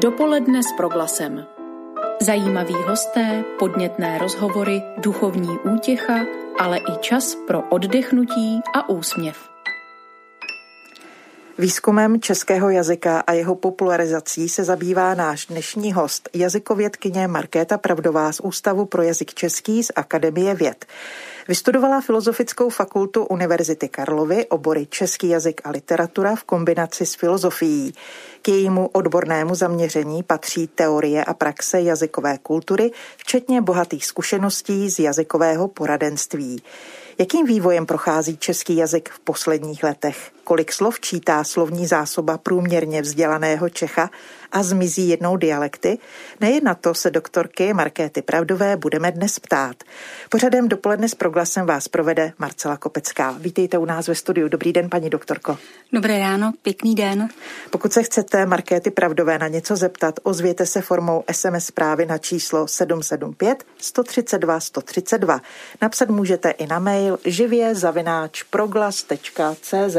Dopoledne s Proglasem. Zajímaví hosté, podnětné rozhovory, duchovní útěcha, ale i čas pro oddechnutí a úsměv. Výzkumem českého jazyka a jeho popularizací se zabývá náš dnešní host, jazykovědkyně Markéta Pravdová z Ústavu pro jazyk český z Akademie věd. Vystudovala Filozofickou fakultu Univerzity Karlovy, obory český jazyk a literatura v kombinaci s filozofií. K jejímu odbornému zaměření patří teorie a praxe jazykové kultury, včetně bohatých zkušeností z jazykového poradenství. Jakým vývojem prochází český jazyk v posledních letech? Kolik slov čítá slovní zásoba průměrně vzdělaného Čecha a zmizí jednou dialekty? Nejen na to se doktorky Markéty Pravdové budeme dnes ptát. Pořadem Dopoledne s Proglasem vás provede Marcela Kopecká. Vítejte u nás ve studiu. Dobrý den, paní doktorko. Dobré ráno, pěkný den. Pokud se chcete Markéty Pravdové na něco zeptat, ozvěte se formou SMS zprávy na číslo 775 132 132. Napsat můžete i na mail živě@proglas.cz.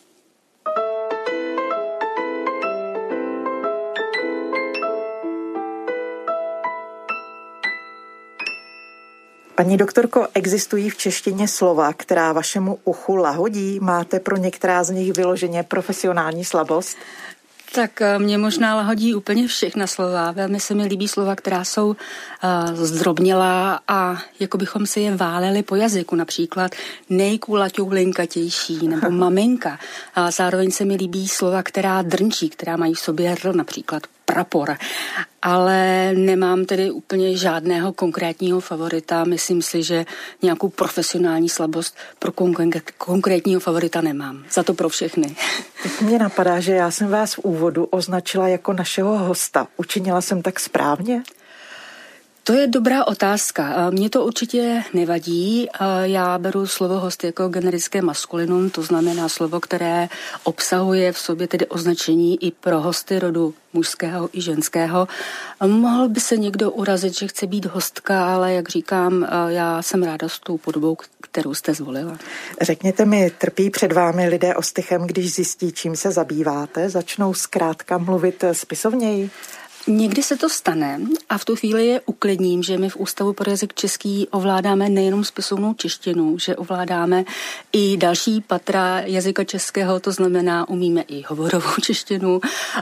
Paní doktorko, existují v češtině slova, která vašemu uchu lahodí? Máte pro některá z nich vyloženě profesionální slabost? Tak mě možná lahodí úplně všechna slova. Velmi se mi líbí slova, která jsou zdrobnělá a jako bychom si je váleli po jazyku. Například nejkulaťoulinkatější nebo maminka. A zároveň se mi líbí slova, která drnčí, která mají v sobě r, například prapor. Ale nemám tedy úplně žádného konkrétního favorita. Myslím si, že nějakou profesionální slabost pro konkrétního favorita nemám. Za to pro všechny. Tak mě napadá, že já jsem vás v úvodu označila jako našeho hosta. Učinila jsem tak správně? To je dobrá otázka. Mně to určitě nevadí. Já beru slovo host jako generické maskulinum, to znamená slovo, které obsahuje v sobě tedy označení i pro hosty rodu mužského i ženského. Mohl by se někdo urazit, že chce být hostka, ale jak říkám, já jsem ráda s tou podobou, kterou jste zvolila. Řekněte mi, trpí před vámi lidé ostychem, když zjistí, čím se zabýváte? Začnou zkrátka mluvit spisovněji? Někdy se to stane a v tu chvíli je uklidním, že my v Ústavu pro jazyk český ovládáme nejenom spisovnou češtinu, že ovládáme i další patra jazyka českého, to znamená umíme i hovorovou češtinu,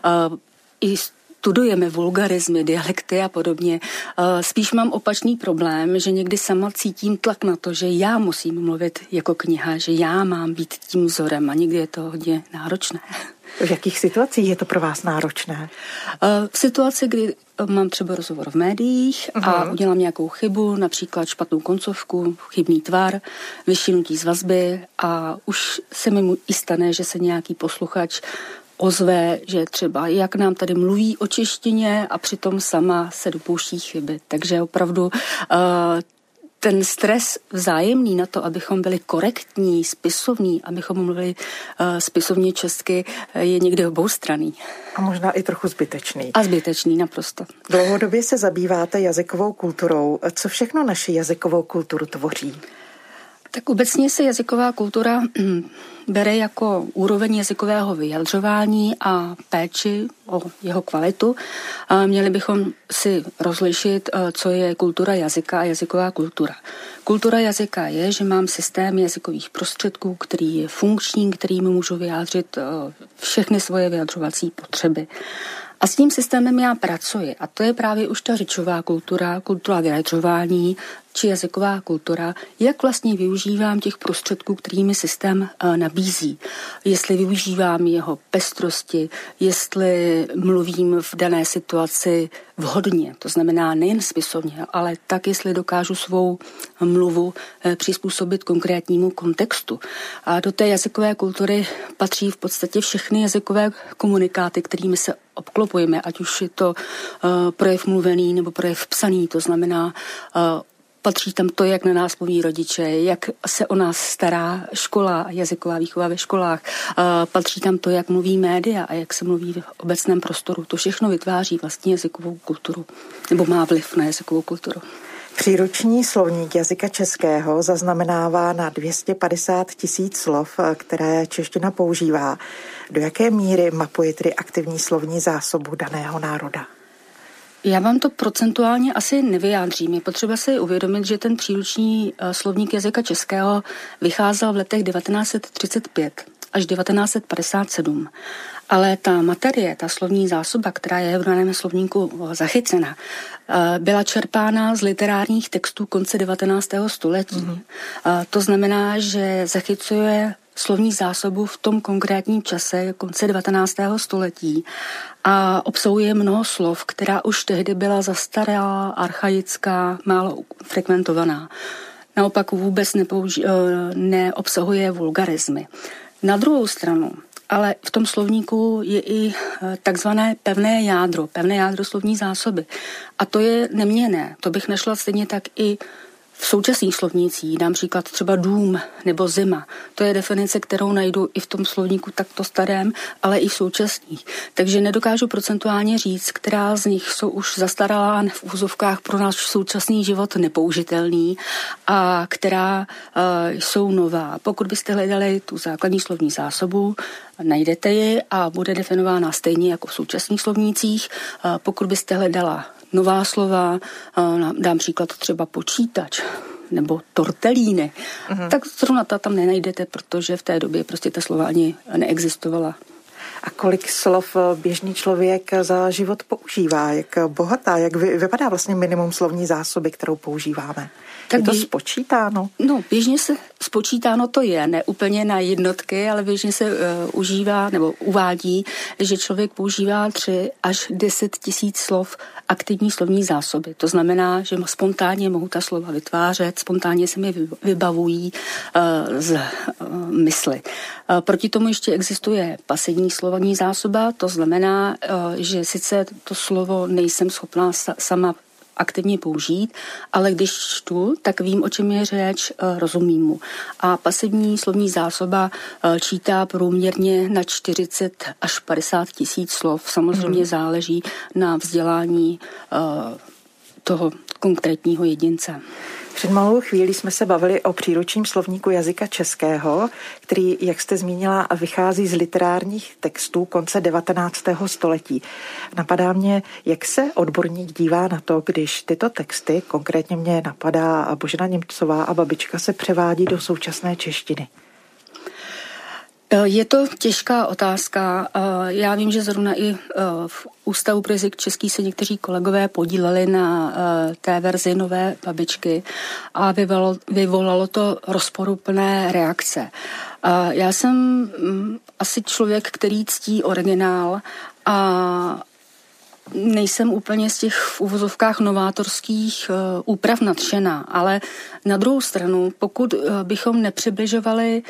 i studujeme vulgarizmy, dialekty a podobně. Spíš mám opačný problém, že někdy sama cítím tlak na to, že já musím mluvit jako kniha, že já mám být tím vzorem a někdy je to hodně náročné. V jakých situacích je to pro vás náročné? V situaci, kdy mám třeba rozhovor v médiích a udělám nějakou chybu, například špatnou koncovku, chybný tvar, vyšinutí z vazby a už se mi i stane, že se nějaký posluchač ozve, že třeba jak nám tady mluví o češtině a přitom sama se dopouští chyby. Takže opravdu ten stres vzájemný na to, abychom byli korektní, spisovní, abychom mluvili spisovně česky, je někde oboustranný. A možná i trochu zbytečný. A zbytečný, naprosto. Dlouhodobě se zabýváte jazykovou kulturou. Co všechno naši jazykovou kulturu tvoří? Tak obecně se jazyková kultura bere jako úroveň jazykového vyjadřování a péči o jeho kvalitu. Měli bychom si rozlišit, co je kultura jazyka a jazyková kultura. Kultura jazyka je, že mám systém jazykových prostředků, který je funkční, kterým můžu vyjádřit všechny svoje vyjadřovací potřeby. A s tím systémem já pracuji. A to je právě už ta řečová kultura, kultura vyjadřování či jazyková kultura, jak vlastně využívám těch prostředků, kterými systém nabízí. Jestli využívám jeho pestrosti, jestli mluvím v dané situaci vhodně, to znamená nejen spisovně, ale tak, jestli dokážu svou mluvu přizpůsobit konkrétnímu kontextu. A do té jazykové kultury patří v podstatě všechny jazykové komunikáty, kterými se obklopujeme, ať už je to projev mluvený nebo projev psaný, to znamená patří tam to, jak na nás mluví rodiče, jak se o nás stará škola, jazyková výchova ve školách. Patří tam to, jak mluví média a jak se mluví v obecném prostoru. To všechno vytváří vlastně jazykovou kulturu, nebo má vliv na jazykovou kulturu. Příruční slovník jazyka českého zaznamenává na 250 000 slov, které čeština používá. Do jaké míry mapuje tedy aktivní slovní zásobu daného národa? Já vám to procentuálně asi nevyjádřím. Je potřeba si uvědomit, že ten příruční slovník jazyka českého vycházel v letech 1935 až 1957. Ale ta materie, ta slovní zásoba, která je v daném slovníku zachycena, byla čerpána z literárních textů konce 19. století. To znamená, že zachycuje slovní zásobu v tom konkrétním čase konce 19. století a obsahuje mnoho slov, která už tehdy byla zastaralá, archaická, málo frekventovaná. Naopak vůbec neobsahuje vulgarizmy. Na druhou stranu, ale v tom slovníku je i takzvané pevné jádro slovní zásoby. A to je neměnné. To bych našla stejně tak i v současných slovnících. Dám příklad třeba dům nebo zima. To je definice, kterou najdu i v tom slovníku takto starém, ale i v současných. Takže nedokážu procentuálně říct, která z nich jsou už zastaralá v úzovkách pro náš současný život nepoužitelný a která jsou nová. Pokud byste hledali tu základní slovní zásobu, najdete ji a bude definována stejně jako v současných slovnících. Pokud byste hledala nová slova, dám příklad třeba počítač nebo tortelíny, tak zrovna ta tam nenajdete, protože v té době prostě ta slova ani neexistovala. A kolik slov běžný člověk za život používá? Jak bohatá, jak vypadá vlastně minimum slovní zásoby, kterou používáme? Tak je to spočítáno? No, běžně se spočítáno to je, ne úplně na jednotky, ale běžně se užívá nebo uvádí, že člověk používá 3 až 10 000 slov aktivní slovní zásoby. To znamená, že spontánně mohu ta slova vytvářet, spontánně se mi vybavují z mysli. Proti tomu ještě existuje pasivní slovní zásoba, to znamená, že sice to slovo nejsem schopná sama aktivně použít, ale když čtu, tak vím, o čem je řeč, rozumím mu. A pasivní slovní zásoba čítá průměrně na 40 až 50 000 slov. Samozřejmě záleží na vzdělání toho konkrétního jedince. Před malou chvílí jsme se bavili o příručním slovníku jazyka českého, který, jak jste zmínila, vychází z literárních textů konce 19. století. Napadá mě, jak se odborník dívá na to, když tyto texty, konkrétně mě napadá Božena Němcová a babička, se převádí do současné češtiny. Je to těžká otázka. Já vím, že zrovna i v Ústavu pro jazyk český se někteří kolegové podíleli na té verzi nové babičky a vyvolalo to rozporuplné reakce. Já jsem asi člověk, který ctí originál a nejsem úplně z těch v uvozovkách novátorských úprav nadšená, ale na druhou stranu, pokud bychom nepřibližovali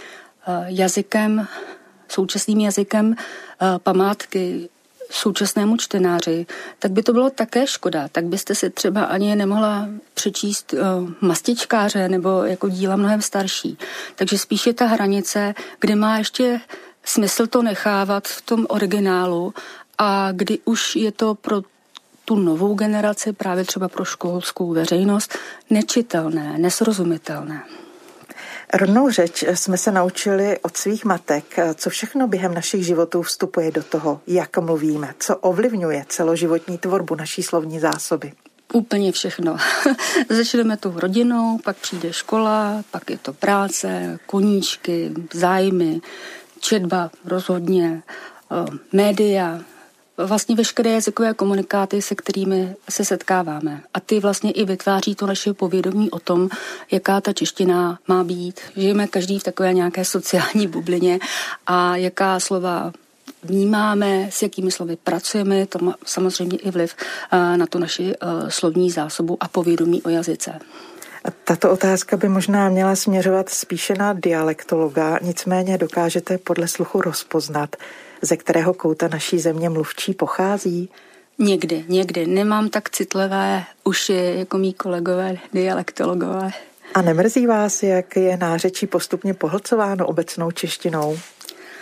současným jazykem památky současnému čtenáři, tak by to bylo také škoda. Tak byste si třeba ani nemohla přečíst Mastičkáře nebo jako díla mnohem starší. Takže spíš je ta hranice, kde má ještě smysl to nechávat v tom originálu a kdy už je to pro tu novou generaci, právě třeba pro školskou veřejnost, nečitelné, nesrozumitelné. Rodnou řeč jsme se naučili od svých matek. Co všechno během našich životů vstupuje do toho, jak mluvíme, co ovlivňuje celoživotní tvorbu naší slovní zásoby? Úplně všechno. Začneme tou rodinou, pak přijde škola, pak je to práce, koníčky, zájmy, četba rozhodně, média, vlastně veškeré jazykové komunikáty, se kterými se setkáváme. A ty vlastně i vytváří to naše povědomí o tom, jaká ta čeština má být. Žijeme každý v takové nějaké sociální bublině a jaká slova vnímáme, s jakými slovy pracujeme, to má samozřejmě i vliv na tu naši slovní zásobu a povědomí o jazyce. Tato otázka by možná měla směřovat spíše na dialektologa, nicméně dokážete podle sluchu rozpoznat, ze kterého kouta naší země mluvčí pochází? Někdy. Nemám tak citlivé uši jako mý kolegové dialektologové. A nemrzí vás, jak je nářečí postupně pohlcováno obecnou češtinou?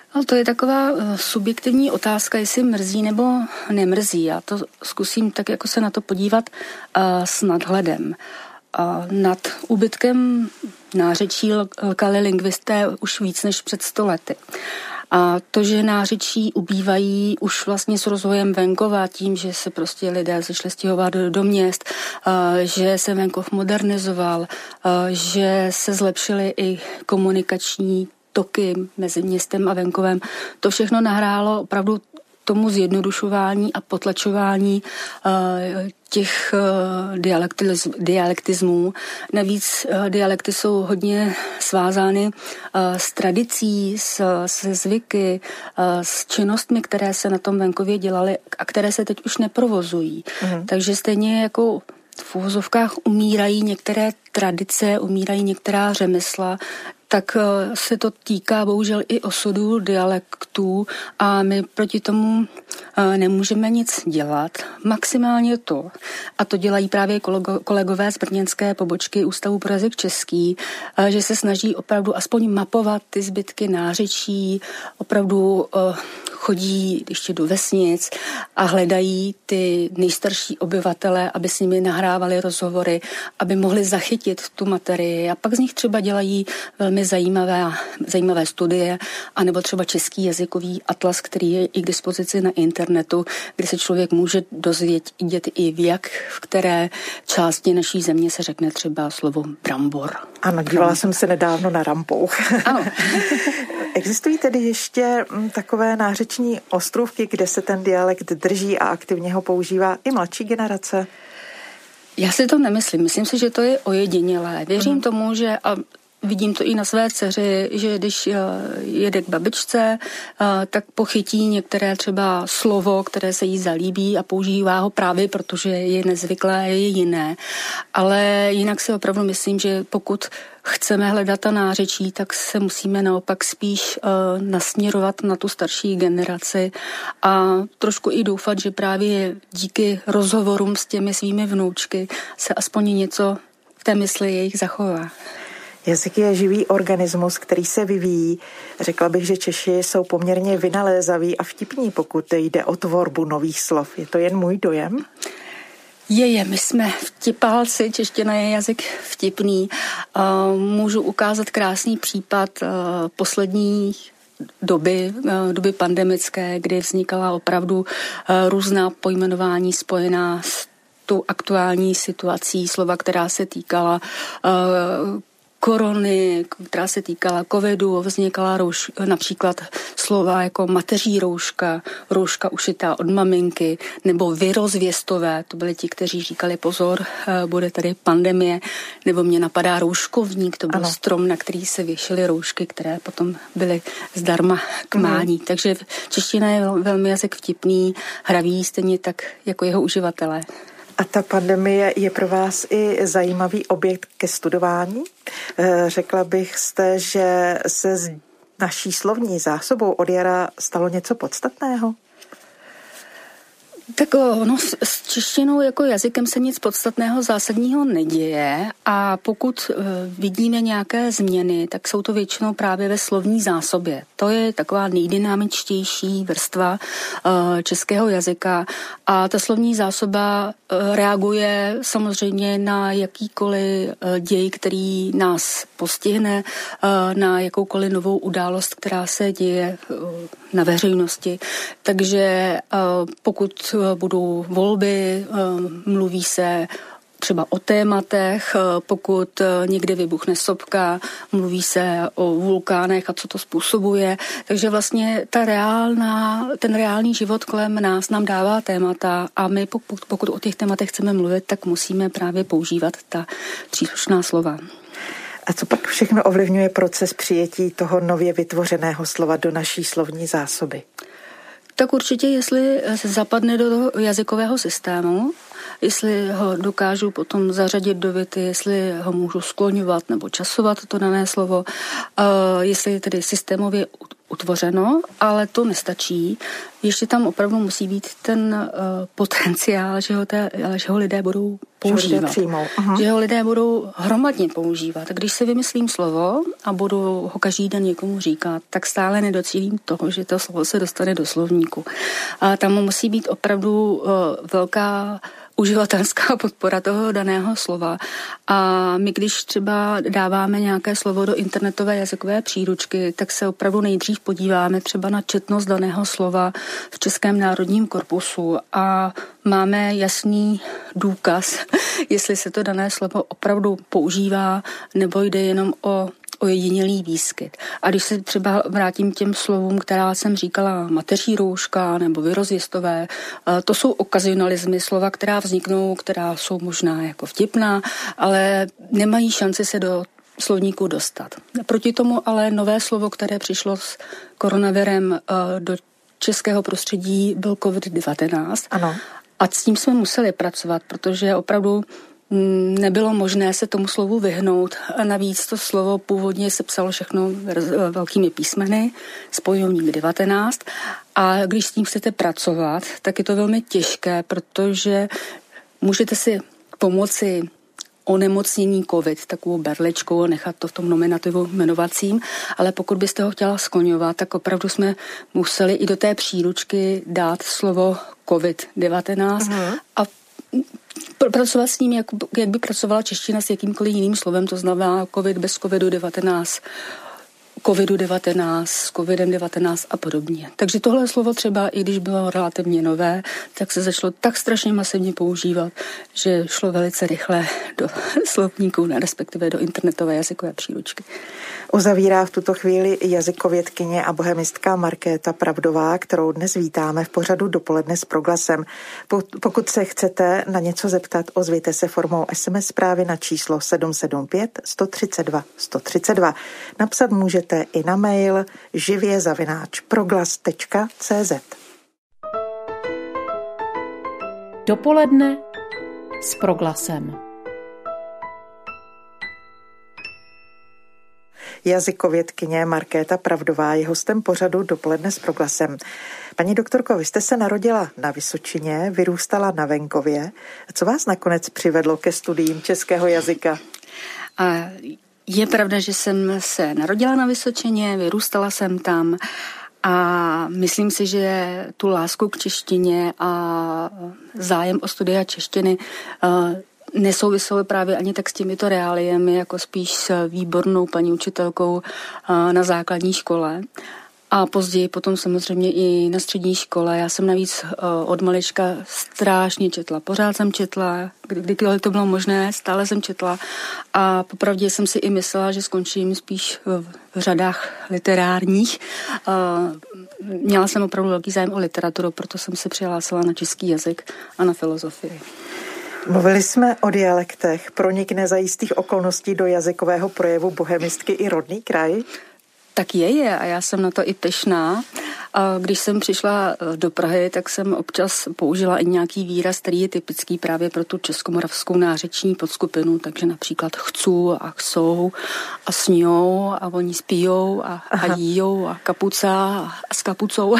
Ale to je taková subjektivní otázka, jestli mrzí nebo nemrzí. Já to zkusím tak jako se na to podívat s nadhledem. Nad úbytkem nářečí lkali lingvisté už víc než před 100 lety. A to, že nářečí ubývají už vlastně s rozvojem venkova, tím, že se prostě lidé začali stěhovat do měst, že se venkov modernizoval, že se zlepšily i komunikační toky mezi městem a venkovem. To všechno nahrálo opravdu tomu zjednodušování a potlačování těch dialektismů. Navíc dialekty jsou hodně svázány s tradicí, se zvyky, s činnostmi, které se na tom venkově dělaly a které se teď už neprovozují. Takže stejně jako v uvozovkách umírají některé tradice, umírají některá řemesla, tak se to týká bohužel i osudu dialektů a my proti tomu nemůžeme nic dělat. Maximálně to, a to dělají právě kolegové z brněnské pobočky Ústavu pro jazyk český, že se snaží opravdu aspoň mapovat ty zbytky nářečí, opravdu chodí ještě do vesnic a hledají ty nejstarší obyvatele, aby s nimi nahrávali rozhovory, aby mohli zachytit tu materii a pak z nich třeba dělají velmi zajímavé studie, anebo třeba český jazykový atlas, který je i k dispozici na internetu, kde se člověk může dozvědět i v které části naší země se řekne třeba slovo brambor. Ano, dívala jsem se nedávno na Rampouch. Ano. Existují tedy ještě takové nářeční ostrůvky, kde se ten dialekt drží a aktivně ho používá i mladší generace? Já si to nemyslím. Myslím si, že to je ojedinělé. Věřím tomu, že a vidím to i na své dceři, že když jede k babičce, tak pochytí některé třeba slovo, které se jí zalíbí a používá ho právě, protože je nezvyklé, je jiné. Ale jinak si opravdu myslím, že pokud chceme hledat ta nářečí, tak se musíme naopak spíš nasměrovat na tu starší generaci a trošku i doufat, že právě díky rozhovorům s těmi svými vnoučky se aspoň něco v té mysli jejich zachová. Jazyk je živý organismus, který se vyvíjí. Řekla bych, že Češi jsou poměrně vynalézaví a vtipní, pokud jde o tvorbu nových slov. Je to jen můj dojem? My jsme vtipálci, čeština je jazyk vtipný. Můžu ukázat krásný případ posledních doby pandemické, kdy vznikala opravdu různá pojmenování spojená s tou aktuální situací, slova, která se týkala korony, která se týkala covidu, vznikala například slova jako mateří rouška, rouška ušitá od maminky, nebo vyrozvěstové, to byli ti, kteří říkali pozor, bude tady pandemie, nebo mě napadá rouškovník, to byl strom, na který se věšily roušky, které potom byly zdarma k mání. Takže čeština je velmi jazyk vtipný, hravý, stejně tak jako jeho uživatelé. A ta pandemie je pro vás i zajímavý objekt ke studování? Řekla bych že se s naší slovní zásobou od jara stalo něco podstatného? Tak s češtinou jako jazykem se nic podstatného zásadního neděje a pokud vidíme nějaké změny, tak jsou to většinou právě ve slovní zásobě. To je taková nejdynamičtější vrstva českého jazyka a ta slovní zásoba reaguje samozřejmě na jakýkoliv děj, který nás postihne, na jakoukoliv novou událost, která se děje na veřejnosti. Takže pokud budou volby, mluví se třeba o tématech, pokud někde vybuchne sopka, mluví se o vulkánech a co to způsobuje. Takže vlastně ten reálný život kolem nás nám dává témata a my pokud o těch tématech chceme mluvit, tak musíme právě používat ta příslušná slova. A co pak všechno ovlivňuje proces přijetí toho nově vytvořeného slova do naší slovní zásoby? Tak určitě, jestli se zapadne do toho jazykového systému, jestli ho dokážu potom zařadit do věty, jestli ho můžu skloňovat nebo časovat to dané slovo, jestli je tedy systémově utvořeno, ale to nestačí. Ještě tam opravdu musí být ten potenciál, že ho lidé budou používat. Že ho lidé budou hromadně používat. Když si vymyslím slovo a budu ho každý den někomu říkat, tak stále nedocílím toho, že to slovo se dostane do slovníku. A tam musí být opravdu velká uživatelská podpora toho daného slova. A my, když třeba dáváme nějaké slovo do internetové jazykové příručky, tak se opravdu nejdřív podíváme třeba na četnost daného slova v Českém národním korpusu a máme jasný důkaz, jestli se to dané slovo opravdu používá, nebo jde jenom o ojedinělý výskyt. A když se třeba vrátím k těm slovům, která jsem říkala, mateří rouška nebo vyrozvěstové, to jsou okazionalismy, slova, která vzniknou, která jsou možná jako vtipná, ale nemají šanci se do slovníku dostat. Proti tomu ale nové slovo, které přišlo s koronavirem do českého prostředí, byl COVID-19. Ano. A s tím jsme museli pracovat, protože opravdu nebylo možné se tomu slovu vyhnout. A navíc to slovo původně se psalo všechno velkými písmeny, spojovník 19. A když s tím chcete pracovat, tak je to velmi těžké, protože můžete si pomoci onemocnění COVID, takovou berličkou a nechat to v tom nominativu jmenovacím, ale pokud byste ho chtěla skloňovat, tak opravdu jsme museli i do té příručky dát slovo COVID-19 a pracovat s ním, jak by pracovala čeština s jakýmkoliv jiným slovem, to znamená COVID bez COVID-19, COVID-19, s COVID-19 a podobně. Takže tohle slovo třeba, i když bylo relativně nové, tak se začalo tak strašně masivně používat, že šlo velice rychle do slovníků, respektive do internetové jazykové příručky. Uzavírá v tuto chvíli jazykovědkyně a bohemistka Markéta Pravdová, kterou dnes vítáme v pořadu Dopoledne s Proglasem. Pokud se chcete na něco zeptat, ozvěte se formou SMS zprávy na číslo 775 132 132. Napsat můžete i na mail živě@proglas.cz. Dopoledne s Proglasem. Jazykovědkyně Markéta Pravdová je hostem pořadu Dopoledne s Proglasem. Paní doktorko, vy jste se narodila na Vysočině, vyrůstala na venkově. Co vás nakonec přivedlo ke studiím českého jazyka? Je pravda, že jsem se narodila na Vysočině, vyrůstala jsem tam a myslím si, že tu lásku k češtině a zájem o studia češtiny nesouviselo právě ani tak s těmito reáliemi, jako spíš s výbornou paní učitelkou na základní škole. A později potom samozřejmě i na střední škole. Já jsem navíc od malička strašně četla. Pořád jsem četla, kdykoliv to bylo možné, stále jsem četla. A popravdě jsem si i myslela, že skončím spíš v řadách literárních. Měla jsem opravdu velký zájem o literaturu, proto jsem se přihlásila na český jazyk a na filozofii. Mluvili jsme o dialektech. Pronikne za jistých okolností do jazykového projevu bohemistky i rodný kraj? Tak je a já jsem na to i pyšná. A když jsem přišla do Prahy, tak jsem občas použila i nějaký výraz, který je typický právě pro tu českomoravskou nářeční podskupinu, takže například chcu a chcou a sňou a oni spijou a jíjou a kapuca a s kapucou.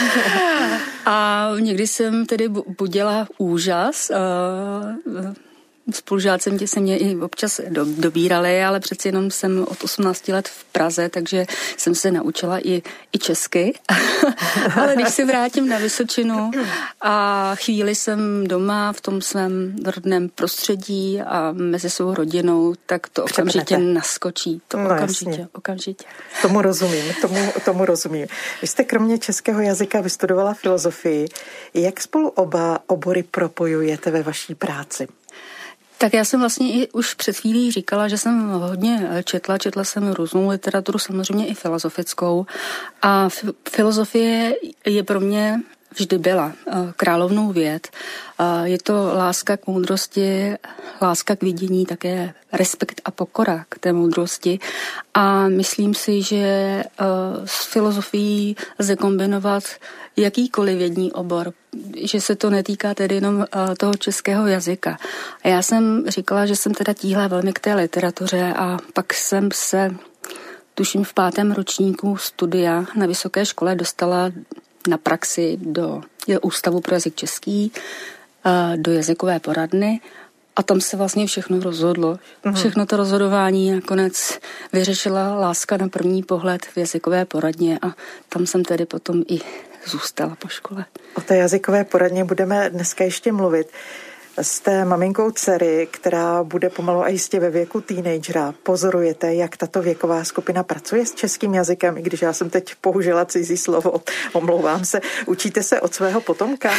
A někdy jsem tedy budila úžas. Spolužáci se mě i občas dobírali, ale přeci jenom jsem od 18 let v Praze, takže jsem se naučila i česky. Ale když se vrátím na Vysočinu a chvíli jsem doma v tom svém rodném prostředí a mezi svou rodinou, tak to okamžitě naskočí. To okamžitě. Tomu rozumím. Vy jste kromě českého jazyka vystudovala filozofii. Jak spolu oba obory propojujete ve vaší práci? Tak já jsem vlastně i už před chvílí říkala, že jsem hodně četla jsem různou literaturu, samozřejmě i filozofickou. A filozofie je pro mě vždy byla královnou věd. Je to láska k moudrosti, láska k vidění, také respekt a pokora k té moudrosti. A myslím si, že s filozofií lze kombinovat jakýkoliv vědní obor, že se to netýká tedy jenom toho českého jazyka. A já jsem říkala, že jsem teda tíhla velmi k té literatuře a pak jsem se, tuším v 5. ročníku studia na vysoké škole dostala na praxi do Ústavu pro jazyk český, do jazykové poradny A tam se vlastně všechno rozhodlo. Všechno to rozhodování nakonec vyřešila láska na první pohled v jazykové poradně a tam jsem tedy potom i zůstala po škole. O té jazykové poradně budeme dneska ještě mluvit. Jste maminkou dcery, která bude pomalu a jistě ve věku teenagera. Pozorujete, jak tato věková skupina pracuje s českým jazykem, i když já jsem teď použila cizí slovo, omlouvám se. Učíte se od svého potomka?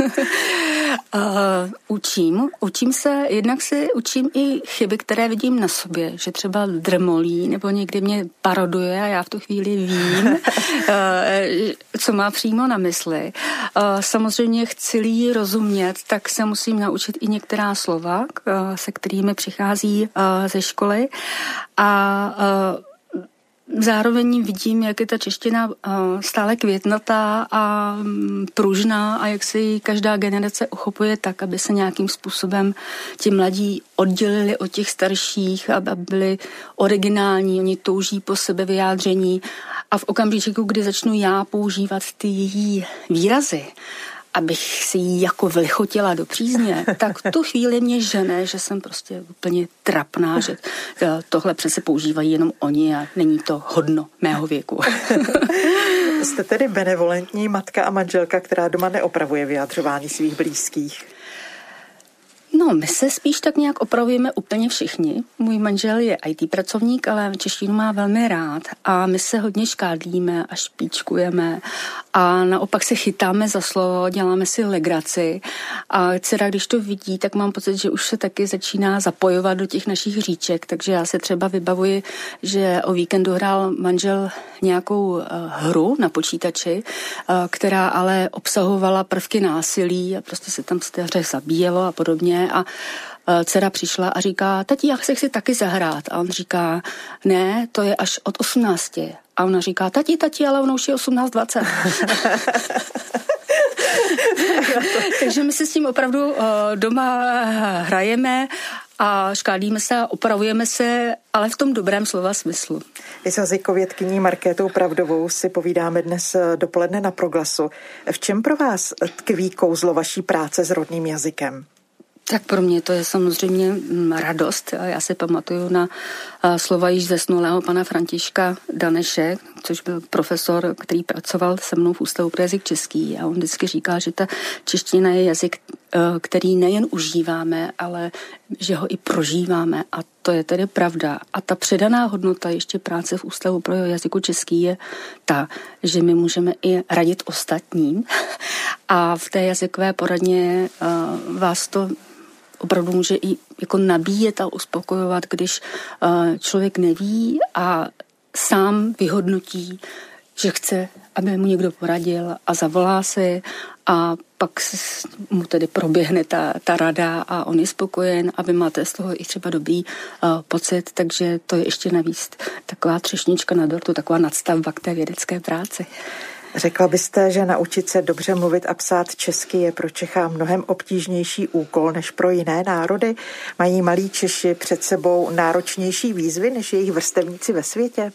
Učím se, jednak si učím i chyby, které vidím na sobě, že třeba drmolí nebo někdy mě paroduje a já v tu chvíli vím, co má přímo na mysli. Samozřejmě chci-li rozumět, tak se musím naučit i některá slova, se kterými přichází ze školy a zároveň vidím, jak je ta čeština stále květnatá a pružná a jak se ji každá generace uchopuje tak, aby se nějakým způsobem ti mladí oddělili od těch starších, aby byli originální, oni touží po sebevyjádření a v okamžiku, kdy začnu já používat ty její výrazy, abych si ji jako vlichotila do přízně, tak tu chvíli mě žene, že jsem prostě úplně trapná, že tohle přece používají jenom oni a není to hodno mého věku. Jste tedy benevolentní matka a manželka, která doma neopravuje vyjadřování svých blízkých. No, my se spíš tak nějak opravujeme úplně všichni. Můj manžel je IT pracovník, ale češtinu má velmi rád a my se hodně škádlíme a špičkujeme a naopak se chytáme za slovo, děláme si legraci a dcera, když to vidí, tak mám pocit, že už se taky začíná zapojovat do těch našich říček, takže já se třeba vybavuji, že o víkendu hrál manžel nějakou hru na počítači, která ale obsahovala prvky násilí a prostě se tam z té hře zabíjelo a podobně a dcera přišla a říká, tati, já chci taky zahrát. A on říká, ne, to je až od 18. A ona říká, tati, ale ono už je 18-20. Takže my se s tím opravdu doma hrajeme a škálíme se a opravujeme se, ale v tom dobrém slova smyslu. I s jazykovědkyní Markétou Pravdovou si povídáme dnes dopoledne na Proglasu. V čem pro vás tkví kouzlo vaší práce s rodným jazykem? Tak pro mě to je samozřejmě radost. Já si pamatuju na slova již zesnulého pana Františka Daneše, což byl profesor, který pracoval se mnou v Ústavu pro jazyk český a on vždycky říkal, že ta čeština je jazyk, který nejen užíváme, ale že ho i prožíváme a to je tedy pravda. A ta předaná hodnota ještě práce v Ústavu pro jazyku český je ta, že my můžeme i radit ostatním a v té jazykové poradně vás to opravdu může i jako nabíjet a uspokojovat, když člověk neví a sám vyhodnotí, že chce, aby mu někdo poradil a zavolá si a pak mu tedy proběhne ta rada a on je spokojen a vy máte z toho i třeba dobrý pocit, takže to je ještě navíc taková třešnička na dortu, taková nadstavba k té vědecké práci. Řekla byste, že naučit se dobře mluvit a psát česky je pro Čecha mnohem obtížnější úkol než pro jiné národy? Mají malí Češi před sebou náročnější výzvy než jejich vrstevníci ve světě?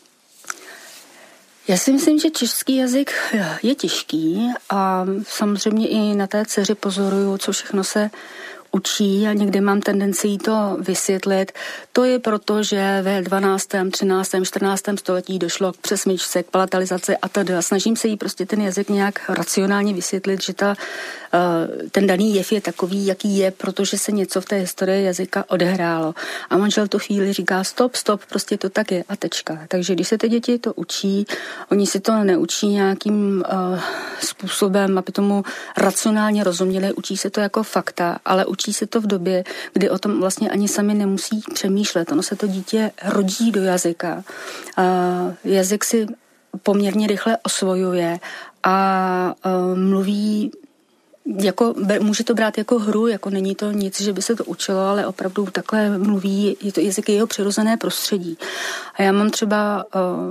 Já si myslím, že český jazyk je těžký a samozřejmě i na té dceři pozoruju, co všechno se učí a někdy mám tendenci jí to vysvětlit. To je proto, že ve 12., 13., 14. století došlo k přesmyčce, k palatalizaci a teda. Snažím se jí prostě ten jazyk nějak racionálně vysvětlit, že ten daný jev je takový, jaký je, protože se něco v té historii jazyka odehrálo. A manžel tu chvíli říká stop, prostě to tak je a tečka. Takže když se ty děti to učí, oni si to neučí nějakým způsobem, aby tomu racionálně rozuměli, učí se to jako fakta, ale učí se to v době, kdy o tom vlastně ani sami nemusí přemýšlet. Ono se to dítě rodí do jazyka. Jazyk si poměrně rychle osvojuje a mluví může to brát jako hru, jako není to nic, že by se to učilo, ale opravdu takhle mluví, je to jazyk jeho přirozené prostředí. A já mám třeba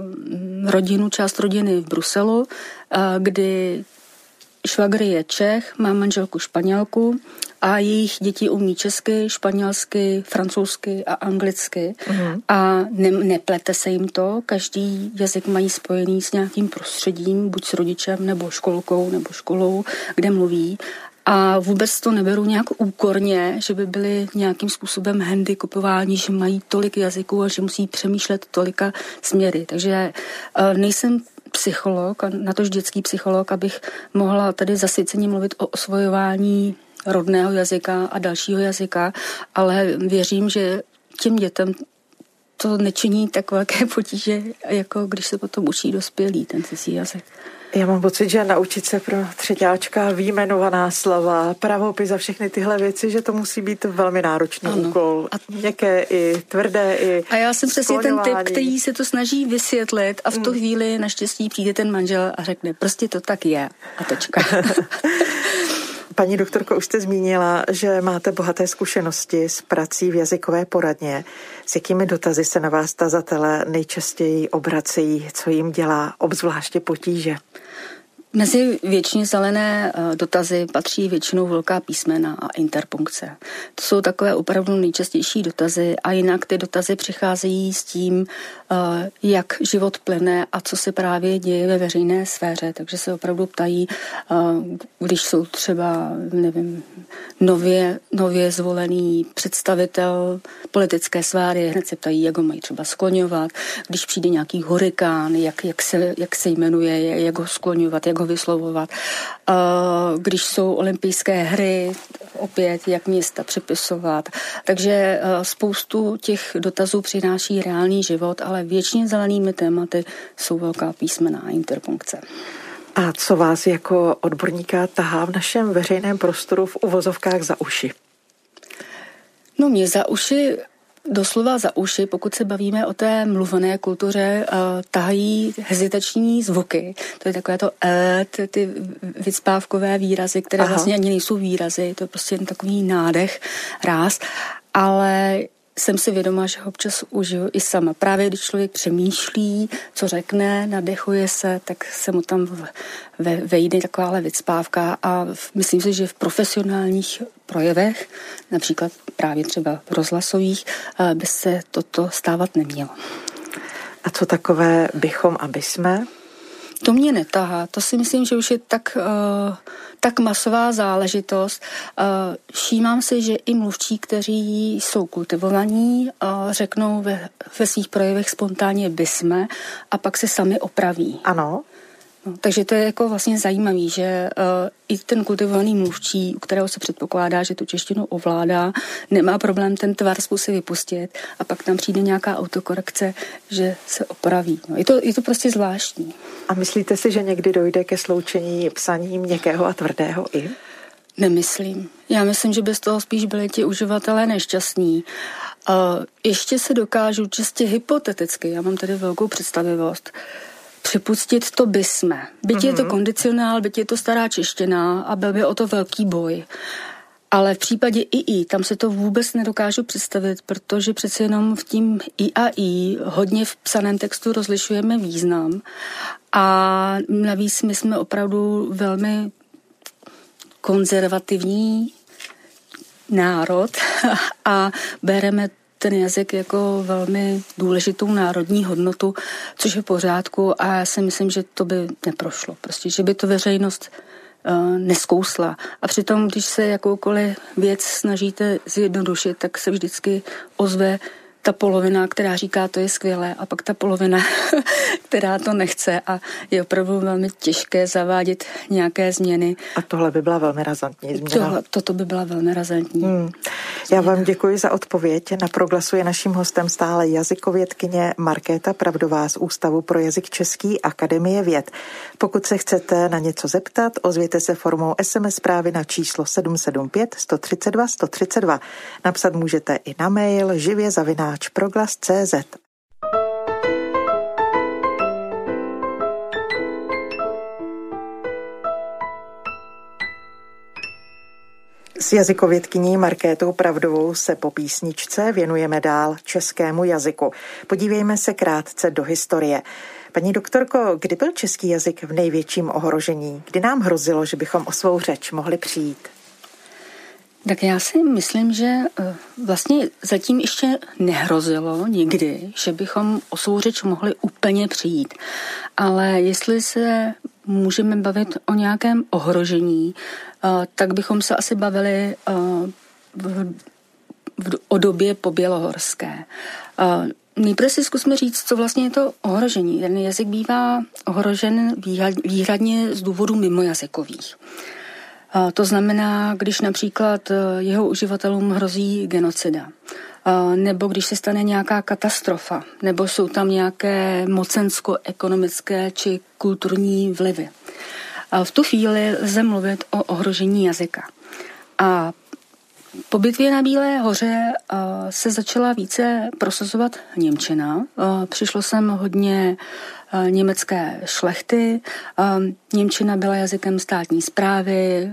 část rodiny v Bruselu, kdy švagr je Čech, mám manželku Španělku a jejich děti umí česky, španělsky, francouzsky a anglicky. A neplete se jim to. Každý jazyk mají spojený s nějakým prostředím, buď s rodičem, nebo školkou, nebo školou, kde mluví. A vůbec to neberu nějak úkorně, že by byli nějakým způsobem handicapováni, že mají tolik jazyků a že musí přemýšlet tolika směry. Takže nejsem psycholog, a natož dětský psycholog, abych mohla tady zasyceně mluvit o osvojování rodného jazyka a dalšího jazyka, ale věřím, že těm dětem to nečiní tak velké potíže, jako když se potom učí dospělí ten cizí jazyk. Já mám pocit, že naučit se pro třeťáčka vyjmenovaná slova, pravopis a všechny tyhle věci, že to musí být velmi náročný úkol. A měkké i tvrdé i a já jsem přesně ten typ, který se to snaží vysvětlit a v tu chvíli naštěstí přijde ten manžel a řekne, prostě to tak je a tečka. Paní doktorko, už jste zmínila, že máte bohaté zkušenosti s prací v jazykové poradně. S jakými dotazy se na vás tazatelé nejčastěji obracejí, co jim dělá obzvláště potíže? Mezi věčně zelené dotazy patří většinou velká písmena a interpunkce. To jsou takové opravdu nejčastější dotazy a jinak ty dotazy přicházejí s tím, jak život plyne a co se právě děje ve veřejné sféře. Takže se opravdu ptají, když jsou třeba, nevím, nově zvolený představitel politické sféry, hned se ptají, jak ho mají třeba skloňovat. Když přijde nějaký hurikán, jak se jmenuje, jak ho skloňovat, jak ho vyslovovat. Když jsou olympijské hry, opět, jak města přepisovat. Takže spoustu těch dotazů přináší reálný život, ale věčně zelenými tématy jsou velká písmena a interpunkce. A co vás jako odborníka tahá v našem veřejném prostoru v uvozovkách za uši? No mě za uši, doslova za uši, pokud se bavíme o té mluvené kultuře, tahají hezitační zvuky. To je takové to ty vycpávkové výrazy, které vlastně ani nejsou výrazy, to je prostě jen takový nádech, ráz, ale jsem si vědomá, že ho občas užiju i sama. Právě když člověk přemýšlí, co řekne, nadechuje se, tak se mu tam vejde takováhle vycpávka a myslím si, že v profesionálních projevech, například právě třeba rozhlasových, by se toto stávat nemělo. A co takové bychom a bysme? To mě netahá. To si myslím, že už je tak masová záležitost. Všímám si, že i mluvčí, kteří jsou kultivovaní, řeknou ve svých projevech spontánně bysme a pak se sami opraví. Ano. No, takže to je jako vlastně zajímavý, že i ten kultivovaný mluvčí, u kterého se předpokládá, že tu češtinu ovládá, nemá problém ten tvar si vypustit a pak tam přijde nějaká autokorekce, že se opraví. No, je to prostě zvláštní. A myslíte si, že někdy dojde ke sloučení psaní měkkého a tvrdého i? Nemyslím. Já myslím, že bez toho spíš byli ti uživatelé nešťastní. Ještě se dokážu čistě hypoteticky, já mám tady velkou představivost, připustit to bysme. Byť je to kondicionál, byť je to stará čeština a byl by o to velký boj. Ale v případě i, tam se to vůbec nedokážu představit, protože přeci jenom v tím i a i hodně v psaném textu rozlišujeme význam. A navíc my jsme opravdu velmi konzervativní národ a bereme ten jazyk jako velmi důležitou národní hodnotu, což je v pořádku a já si myslím, že to by neprošlo. Prostě, že by to veřejnost neskousla. A přitom, když se jakoukoliv věc snažíte zjednodušit, tak se vždycky ozve ta polovina, která říká, to je skvělé, a pak ta polovina, která to nechce a je opravdu velmi těžké zavádět nějaké změny. A tohle by byla velmi razantní změna. Toto by byla velmi razantní. Já vám děkuji za odpověď. Na Proglasu je naším hostem stále jazykovědkyně Markéta Pravdová z Ústavu pro jazyk český Akademie věd. Pokud se chcete na něco zeptat, ozvěte se formou SMS zprávy na číslo 775 132 132. Napsat můžete i na mail živě@proglas.cz. S jazykovědkyní Markétou Pravdovou se po písničce věnujeme dál českému jazyku. Podívejme se krátce do historie. Paní doktorko, kdy byl český jazyk v největším ohrožení? Kdy nám hrozilo, že bychom o svou řeč mohli přijít? Tak já si myslím, že vlastně zatím ještě nehrozilo nikdy, že bychom o svou řeč mohli úplně přijít. Ale jestli se můžeme bavit o nějakém ohrožení, tak bychom se asi bavili o době pobělohorské. Nejprve si zkusme říct, co vlastně je to ohrožení. Ten jazyk bývá ohrožen výhradně z důvodů mimojazykových. To znamená, když například jeho uživatelům hrozí genocida, nebo když se stane nějaká katastrofa, nebo jsou tam nějaké mocensko-ekonomické či kulturní vlivy. V tu chvíli lze mluvit o ohrožení jazyka. A po bitvě na Bílé hoře se začala více prosazovat němčina. Přišlo sem hodně německé šlechty. Němčina byla jazykem státní správy,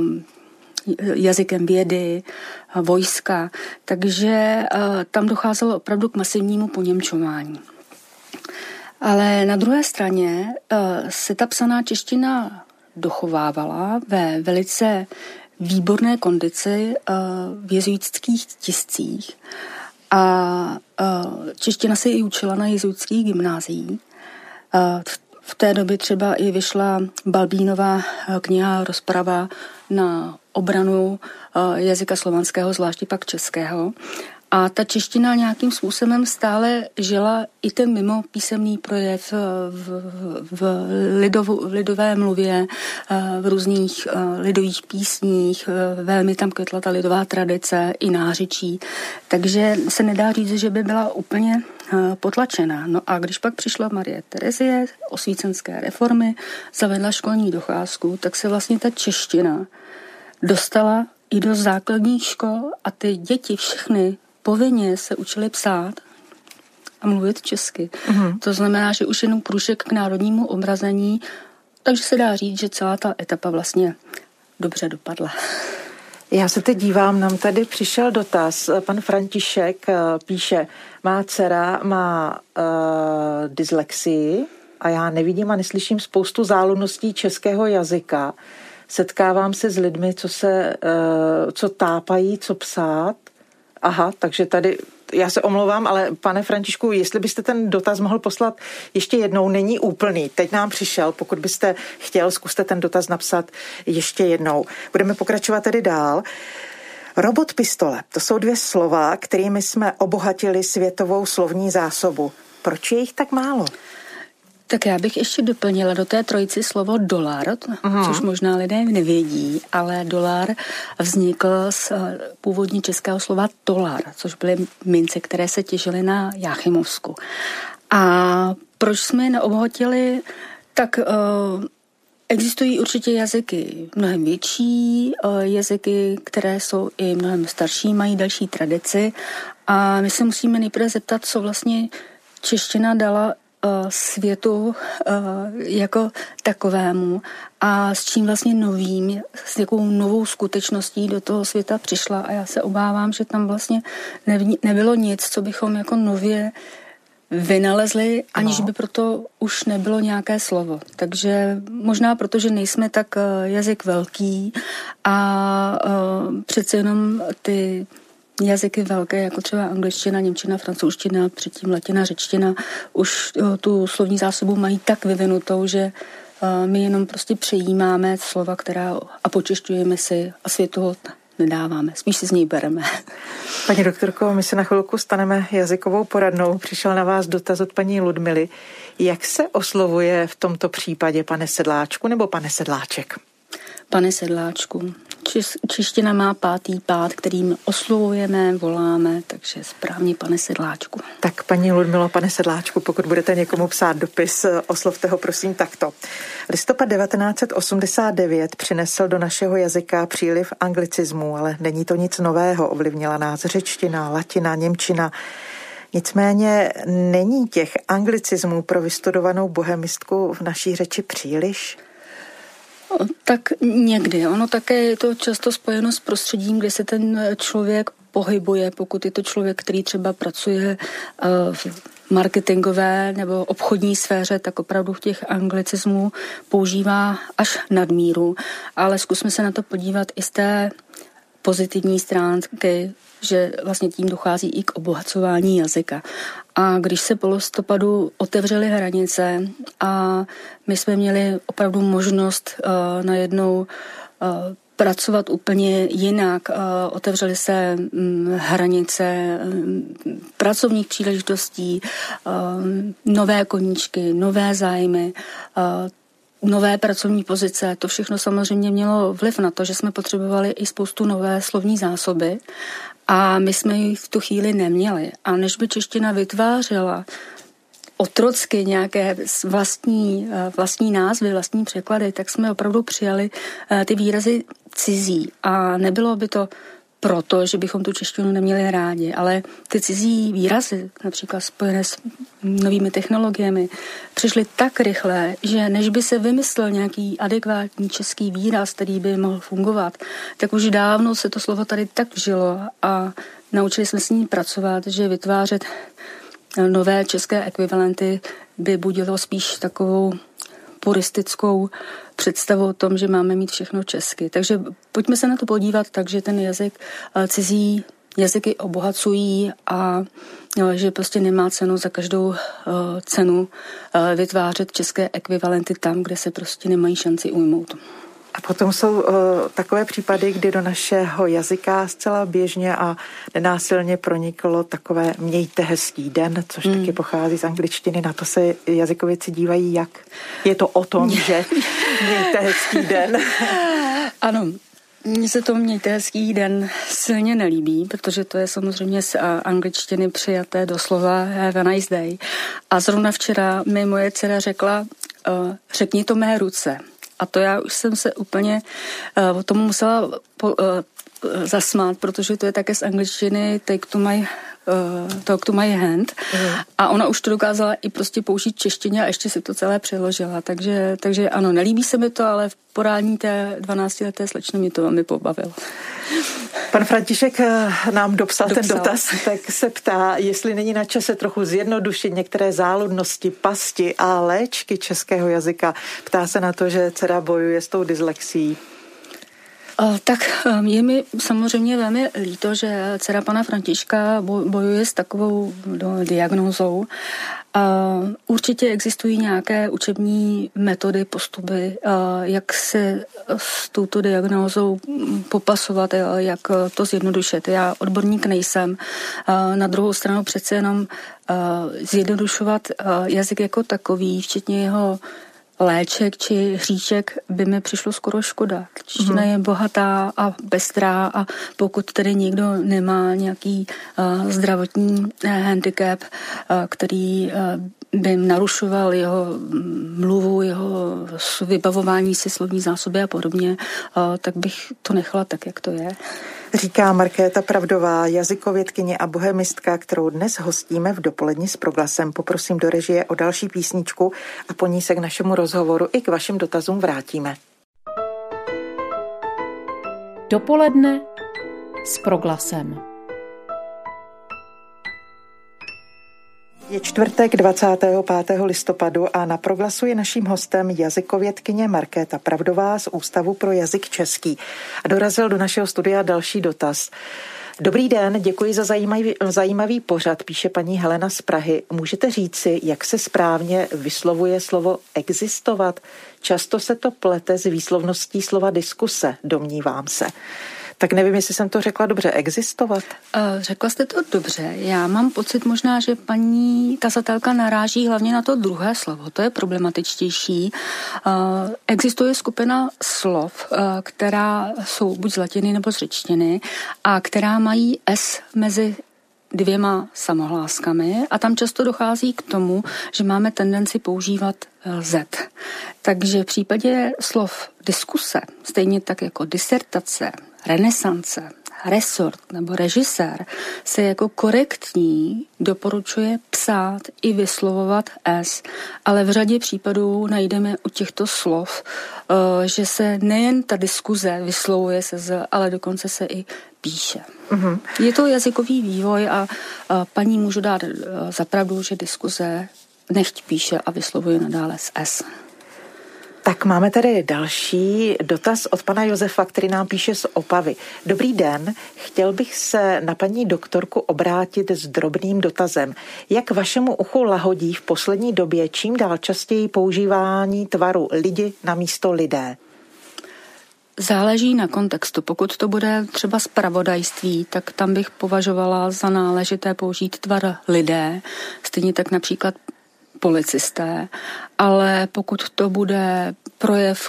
jazykem vědy, vojska, takže tam docházelo opravdu k masivnímu poněmčování. Ale na druhé straně se ta psaná čeština dochovávala ve velice výborné kondici v jezuitských tiscích a čeština se i učila na jezuitských gymnáziích. V té době třeba i vyšla Balbínova kniha Rozprava na obranu jazyka slovanského, zvláště pak českého. A ta čeština nějakým způsobem stále žila i ten mimo písemný projev v lidové mluvě, v různých lidových písních, velmi tam květla ta lidová tradice i nářečí. Takže se nedá říct, že by byla úplně potlačená. No a když pak přišla Marie Terezie, osvícenské reformy, zavedla školní docházku, tak se vlastně ta čeština dostala i do základních škol a ty děti všechny povinně se učili psát a mluvit česky. To znamená, že už jenom průšek k národnímu obrazení, takže se dá říct, že celá ta etapa vlastně dobře dopadla. Já se teď dívám, nám tady přišel dotaz. Pan František píše, má dcera má dyslexii a já nevidím a neslyším spoustu záludností českého jazyka. Setkávám se s lidmi, co tápají, co psát. Aha, takže tady, já se omlouvám, ale pane Františku, jestli byste ten dotaz mohl poslat ještě jednou, není úplný. Teď nám přišel, pokud byste chtěl, zkuste ten dotaz napsat ještě jednou. Budeme pokračovat tedy dál. Robot pistole, to jsou 2 slova, kterými jsme obohatili světovou slovní zásobu. Proč je jich tak málo? Tak já bych ještě doplnila do té trojici slovo dolar, což možná lidé nevědí, ale dolar vznikl z původní českého slova tolar, což byly mince, které se těžily na Jáchymovsku. A proč jsme je neobohatili, tak existují určitě jazyky mnohem větší, jazyky, které jsou i mnohem starší, mají další tradici a my se musíme nejprve zeptat, co vlastně čeština dala světu jako takovému a s čím vlastně novým, s jakou novou skutečností do toho světa přišla a já se obávám, že tam vlastně nebylo nic, co bychom jako nově vynalezli, aniž by proto už nebylo nějaké slovo. Takže možná proto, že nejsme tak jazyk velký a přece jenom ty jazyky velké, jako třeba angličtina, němčina, francouzština, předtím latina, řečtina, už tu slovní zásobu mají tak vyvinutou, že my jenom prostě přejímáme slova, která a počešťujeme si a světu ho nedáváme, spíš si z něj bereme. Paní doktorko, my se na chvilku staneme jazykovou poradnou. Přišel na vás dotaz od paní Ludmily. Jak se oslovuje v tomto případě pane Sedláčku nebo pane Sedláček? Pane Sedláčku. Čeština má 5. pád, kterým oslovujeme, voláme, takže správně pane Sedláčku. Tak paní Ludmilo, pane Sedláčku, pokud budete někomu psát dopis, oslovte ho prosím takto. Listopad 1989 přinesl do našeho jazyka příliv anglicismů, ale není to nic nového, ovlivnila nás řečtina, latina, němčina. Nicméně není těch anglicismů pro vystudovanou bohemistku v naší řeči příliš? Tak někdy. Ono také je to často spojeno s prostředím, kde se ten člověk pohybuje, pokud je to člověk, který třeba pracuje v marketingové nebo obchodní sféře, tak opravdu v těch anglicismů používá až nadmíru. Ale zkusme se na to podívat i z té pozitivní stránky, že vlastně tím dochází i k obohacování jazyka. A když se po listopadu otevřely hranice a my jsme měli opravdu možnost najednou pracovat úplně jinak. Otevřely se hranice pracovních příležitostí, nové koníčky, nové zájmy, nové pracovní pozice. To všechno samozřejmě mělo vliv na to, že jsme potřebovali i spoustu nové slovní zásoby a my jsme ji v tu chvíli neměli. A než by čeština vytvářela otrocky nějaké vlastní názvy, vlastní překlady, tak jsme opravdu přijali ty výrazy cizí. A nebylo by to proto, že bychom tu češtinu neměli rádi, ale ty cizí výrazy, například spojené s novými technologiemi, přišly tak rychle, že než by se vymyslel nějaký adekvátní český výraz, který by mohl fungovat, tak už dávno se to slovo tady tak vžilo a naučili jsme s ní pracovat, že vytvářet nové české ekvivalenty by budilo spíš takovou puristickou představu o tom, že máme mít všechno česky. Takže pojďme se na to podívat tak, že ten jazyk cizí jazyky obohacují a že prostě nemá cenu za každou cenu vytvářet české ekvivalenty tam, kde se prostě nemají šanci ujmout. A potom jsou takové případy, kdy do našeho jazyka zcela běžně a nenásilně proniklo takové mějte hezký den, což taky pochází z angličtiny. Na to se jazykovědci dívají jak? Je to o tom, že mějte hezký den? Ano. Mně se to mějte hezký den silně nelíbí, protože to je samozřejmě z angličtiny přijaté doslova have a nice day. A zrovna včera mi moje dcera řekla, řekni to mé ruce. A to já už jsem se úplně o tomu musela zasmát, protože to je také z angličtiny talk to my hand. A ona už to dokázala i prostě použít češtině a ještě si to celé přeložila. Takže ano, nelíbí se mi to, ale v porání té 12leté slečny mi to velmi pobavilo. Pan František nám dopsal ten dotaz, tak se ptá, jestli není na čase trochu zjednodušit některé záludnosti, pasti a léčky českého jazyka. Ptá se na to, že dcera bojuje s tou dyslexií. Tak je mi samozřejmě velmi líto, že dcera pana Františka bojuje s takovou diagnózou. Určitě existují nějaké učební metody, postupy, jak se s touto diagnózou popasovat, jak to zjednodušit. Já odborník nejsem. Na druhou stranu přece jenom zjednodušovat jazyk jako takový, včetně jeho léček či hříček, by mi přišlo skoro škoda. Čeština je bohatá a pestrá a pokud tedy někdo nemá nějaký zdravotní handicap, který by narušoval jeho mluvu, jeho vybavování si slovní zásoby a podobně, tak bych to nechala tak, jak to je. Říká Markéta Pravdová, jazykovědkyně a bohemistka, kterou dnes hostíme v Dopoledni s Proglasem. Poprosím do režie o další písničku a po ní se k našemu rozhovoru i k vašim dotazům vrátíme. Dopoledne s Proglasem. Je čtvrtek 25. listopadu a na Proglasu je naším hostem jazykovědkyně Markéta Pravdová z Ústavu pro jazyk český. A dorazil do našeho studia další dotaz. Dobrý den, děkuji za zajímavý pořad, píše paní Helena z Prahy. Můžete říci, jak se správně vyslovuje slovo existovat? Často se to plete s výslovností slova diskuse, domnívám se. Tak nevím, jestli jsem to řekla dobře, existovat. Řekla jste to dobře. Já mám pocit možná, že paní kazatelka naráží hlavně na to druhé slovo. To je problematičtější. Existuje skupina slov, která jsou buď z latiny nebo z řečtiny a která mají S mezi dvěma samohláskami a tam často dochází k tomu, že máme tendenci používat Z. Takže v případě slov diskuse, stejně tak jako disertace, renesance, resort nebo režisér, se jako korektní doporučuje psát i vyslovovat S, ale v řadě případů najdeme u těchto slov, že se nejen ta diskuze vyslovuje se Z, ale dokonce se i píše. Mm-hmm. Je to jazykový vývoj a paní můžu dát za pravdu, že diskuze nechť píše a vyslovuje nadále s S. Tak máme tady další dotaz od pana Josefa, který nám píše z Opavy. Dobrý den, chtěl bych se na paní doktorku obrátit s drobným dotazem. Jak vašemu uchu lahodí v poslední době čím dál častěji používání tvaru lidi na místo lidé? Záleží na kontextu. Pokud to bude třeba zpravodajství, tak tam bych považovala za náležité použít tvar lidé, stejně tak například policisté, ale pokud to bude projev,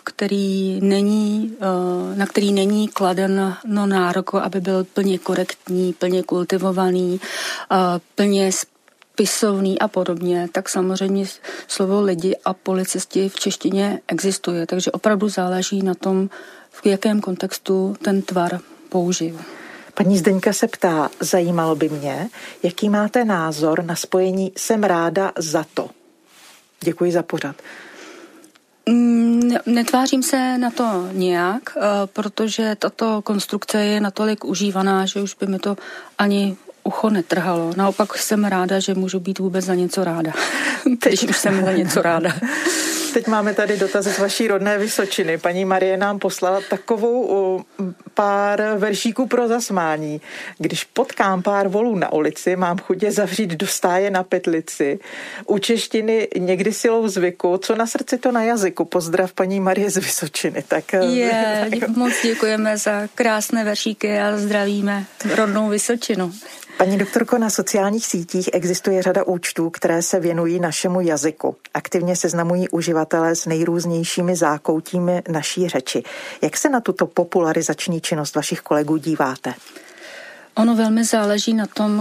na který není kladen nárok, aby byl plně korektní, plně kultivovaný, plně spisovný a podobně, tak samozřejmě slovo lidi a policisti v češtině existuje, takže opravdu záleží na tom, v jakém kontextu ten tvar použiju. Paní Zdeňka se ptá, zajímalo by mě, jaký máte názor na spojení jsem ráda za to. Děkuji za pořad. Netvářím se na to nějak, protože tato konstrukce je natolik užívaná, že už by mi to ani ucho netrhalo. Naopak jsem ráda, že můžu být vůbec za něco ráda. Když už jsem za něco ráda. Teď máme tady dotaz z vaší rodné Vysočiny. Paní Marie nám poslala takovou pár veršíků pro zasmání. Když potkám pár volů na ulici, mám chuť je zavřít do stáje na petlici. U češtiny někdy silou zvyku, co na srdci, to na jazyku. Pozdrav paní Marie z Vysočiny. Moc děkujeme za krásné veršíky a zdravíme rodnou Vysočinu. Paní doktorko, na sociálních sítích existuje řada účtů, které se věnují našemu jazyku. Aktivně seznamují uživatelé s nejrůznějšími zákoutími naší řeči. Jak se na tuto popularizační činnost vašich kolegů díváte? Ono velmi záleží na tom,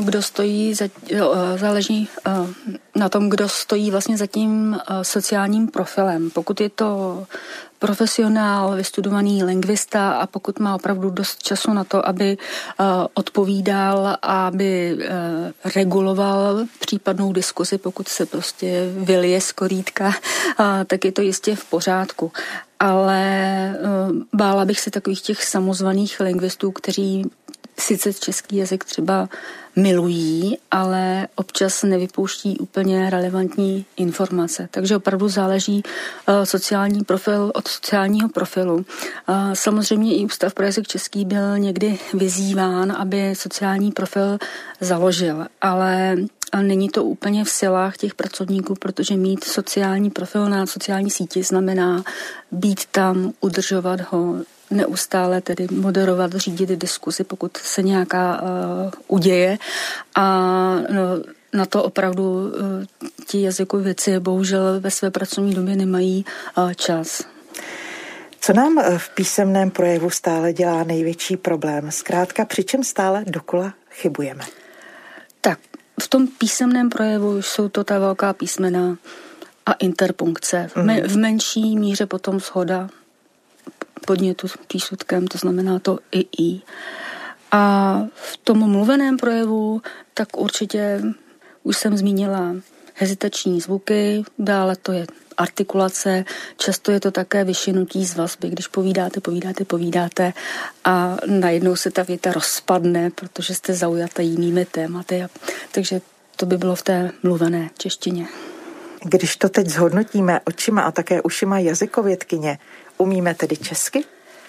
kdo stojí vlastně za tím sociálním profilem. Pokud je to profesionál, vystudovaný lingvista a pokud má opravdu dost času na to, aby odpovídal a aby reguloval případnou diskuzi, pokud se prostě vylije z korýtka, tak je to jistě v pořádku. Ale bála bych se takových těch samozvaných lingvistů, kteří sice český jazyk třeba milují, ale občas nevypouští úplně relevantní informace. Takže opravdu záleží sociální profil od sociálního profilu. Samozřejmě i Ústav pro jazyk český byl někdy vyzýván, aby sociální profil založil, ale není to úplně v silách těch pracovníků, protože mít sociální profil na sociální síti znamená být tam, udržovat ho, neustále tedy moderovat, řídit diskuzi, pokud se nějaká uděje. A na to opravdu ti jazykovědci bohužel ve své pracovní době nemají čas. Co nám v písemném projevu stále dělá největší problém? Zkrátka, při čem stále dokola chybujeme? Tak, v tom písemném projevu jsou to ta velká písmena a interpunkce. V menší míře potom shoda podnětu s přísudkem, to znamená to i. A v tom mluveném projevu tak určitě už jsem zmínila hezitační zvuky, dále to je artikulace, často je to také vyšinutí z vazby, když povídáte a najednou se ta věta rozpadne, protože jste zaujata jinými tématy. Takže to by bylo v té mluvené češtině. Když to teď zhodnotíme očima a také ušima jazykovědkyně, umíme tedy česky?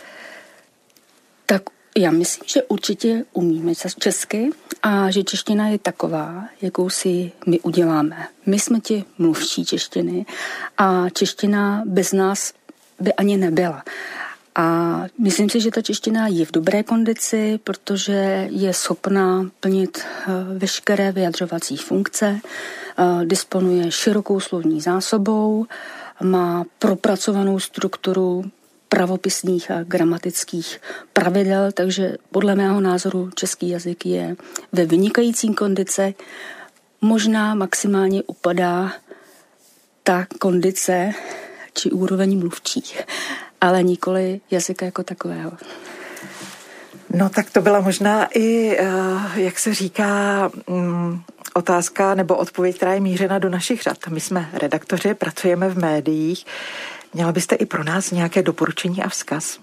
Tak já myslím, že určitě umíme česky a že čeština je taková, jakou si my uděláme. My jsme ti mluvčí češtiny a čeština bez nás by ani nebyla. A myslím si, že ta čeština je v dobré kondici, protože je schopná plnit veškeré vyjadřovací funkce, disponuje širokou slovní zásobou, má propracovanou strukturu pravopisných a gramatických pravidel, takže podle mého názoru český jazyk je ve vynikající kondici. Možná maximálně upadá ta kondice či úroveň mluvčích, ale nikoli jazyka jako takového. No tak to byla možná i, jak se říká, otázka nebo odpověď, která je mířena do našich řad. My jsme redaktoři, pracujeme v médiích. Měla byste i pro nás nějaké doporučení a vzkaz?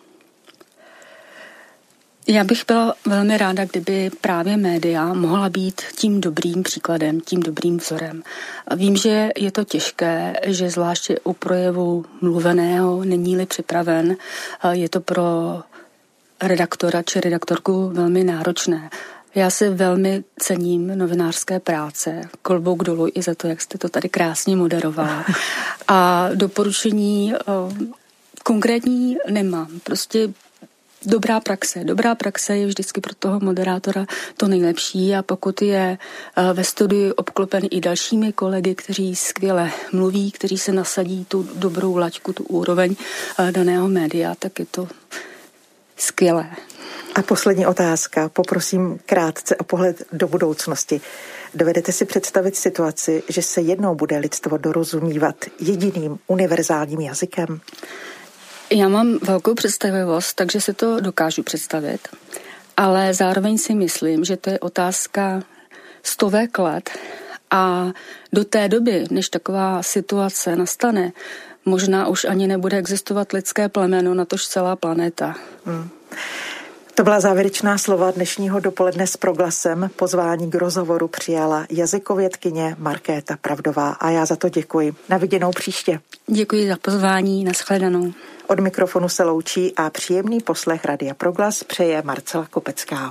Já bych byla velmi ráda, kdyby právě média mohla být tím dobrým příkladem, tím dobrým vzorem. Vím, že je to těžké, že zvláště u projevu mluveného není-li připraven, je to pro redaktora či redaktorku velmi náročné. Já si velmi cením novinářské práce, klobouk dolů i za to, jak jste to tady krásně moderovala. A doporučení konkrétní nemám. Prostě Dobrá praxe je vždycky pro toho moderátora to nejlepší a pokud je ve studiu obklopen i dalšími kolegy, kteří skvěle mluví, kteří se nasadí tu dobrou laťku, tu úroveň daného média, tak je to skvělé. A poslední otázka, poprosím krátce o pohled do budoucnosti. Dovedete si představit situaci, že se jednou bude lidstvo dorozumívat jediným univerzálním jazykem? Já mám velkou představivost, takže si to dokážu představit, ale zároveň si myslím, že to je otázka stovek let a do té doby, než taková situace nastane, možná už ani nebude existovat lidské plemeno, natož celá planeta. To byla závěrečná slova dnešního dopoledne s Proglasem. Pozvání k rozhovoru přijala jazykovědkyně Markéta Pravdová a já za to děkuji. Na viděnou příště. Děkuji za pozvání, nashledanou. Od mikrofonu se loučí a příjemný poslech Radia Proglas přeje Marcela Kopecká.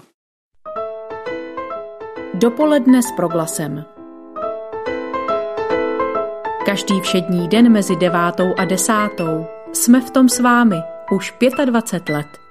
Dopoledne s Proglasem. Každý všední den mezi 9. a 10. jsme v tom s vámi už 25 let.